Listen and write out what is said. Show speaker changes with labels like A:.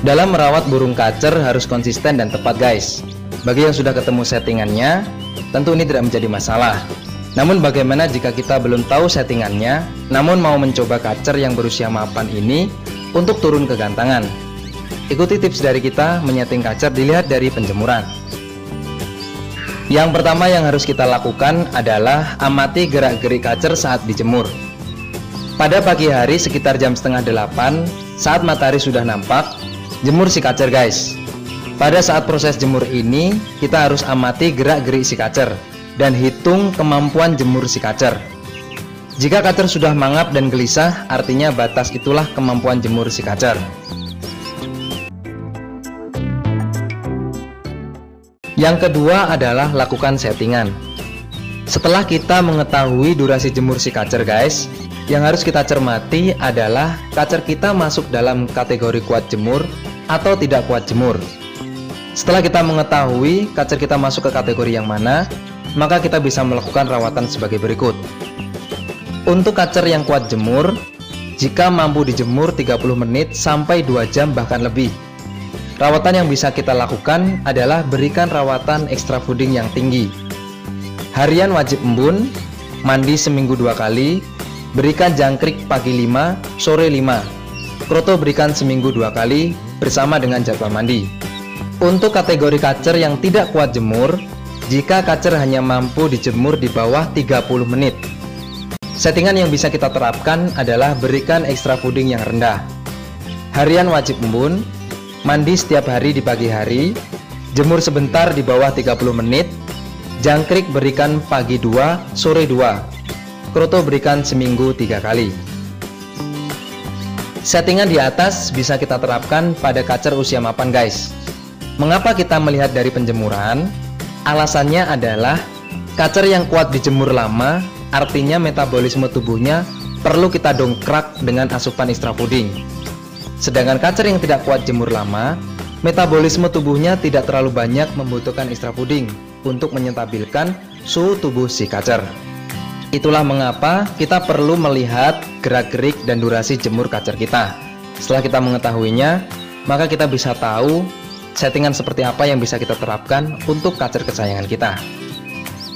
A: Dalam merawat burung kacer harus konsisten dan tepat guys. Bagi yang sudah ketemu settingannya, tentu ini tidak menjadi masalah. Namun bagaimana jika kita belum tahu settingannya, namun mau mencoba kacer yang berusia mapan ini untuk turun kegantangan? Ikuti tips dari kita menyeting kacer dilihat dari penjemuran. Yang pertama yang harus kita lakukan adalah amati gerak-gerik kacer saat dijemur. Pada pagi hari sekitar jam setengah 8, saat matahari sudah nampak, jemur si kacer guys. Pada saat proses jemur ini, kita harus amati gerak-gerik si kacer dan hitung kemampuan jemur si kacer. Jika kacer sudah mangap dan gelisah, artinya batas itulah kemampuan jemur si kacer. Yang kedua adalah lakukan settingan. Setelah kita mengetahui durasi jemur si kacer guys, yang harus kita cermati adalah kacer kita masuk dalam kategori kuat jemur atau tidak kuat jemur. Setelah kita mengetahui kacer kita masuk ke kategori yang mana, maka kita bisa melakukan rawatan sebagai berikut. Untuk kacer yang kuat jemur, jika mampu dijemur 30 menit sampai 2 jam bahkan lebih. Rawatan yang bisa kita lakukan adalah berikan rawatan extra fooding yang tinggi. Harian wajib embun, mandi seminggu 2 kali, berikan jangkrik pagi 5, sore 5. Kroto berikan seminggu 2 kali bersama dengan jadwal mandi. Untuk kategori kacer yang tidak kuat jemur, jika kacer hanya mampu dijemur di bawah 30 menit. Settingan yang bisa kita terapkan adalah berikan extra fooding yang rendah. Harian wajib embun, mandi setiap hari di pagi hari, jemur sebentar di bawah 30 menit, jangkrik berikan pagi 2, sore 2. Kroto berikan seminggu 3 kali. Settingan di atas bisa kita terapkan pada kacer usia mapan guys. Mengapa kita melihat dari penjemuran? Alasannya adalah kacer yang kuat dijemur lama, artinya metabolisme tubuhnya perlu kita dongkrak dengan asupan extra fooding. Sedangkan kacer yang tidak kuat jemur lama, metabolisme tubuhnya tidak terlalu banyak membutuhkan extra fooding untuk menyentabilkan suhu tubuh si kacer. Itulah mengapa kita perlu melihat gerak-gerik dan durasi jemur kacer kita. Setelah kita mengetahuinya, maka kita bisa tahu settingan seperti apa yang bisa kita terapkan untuk kacer kesayangan kita.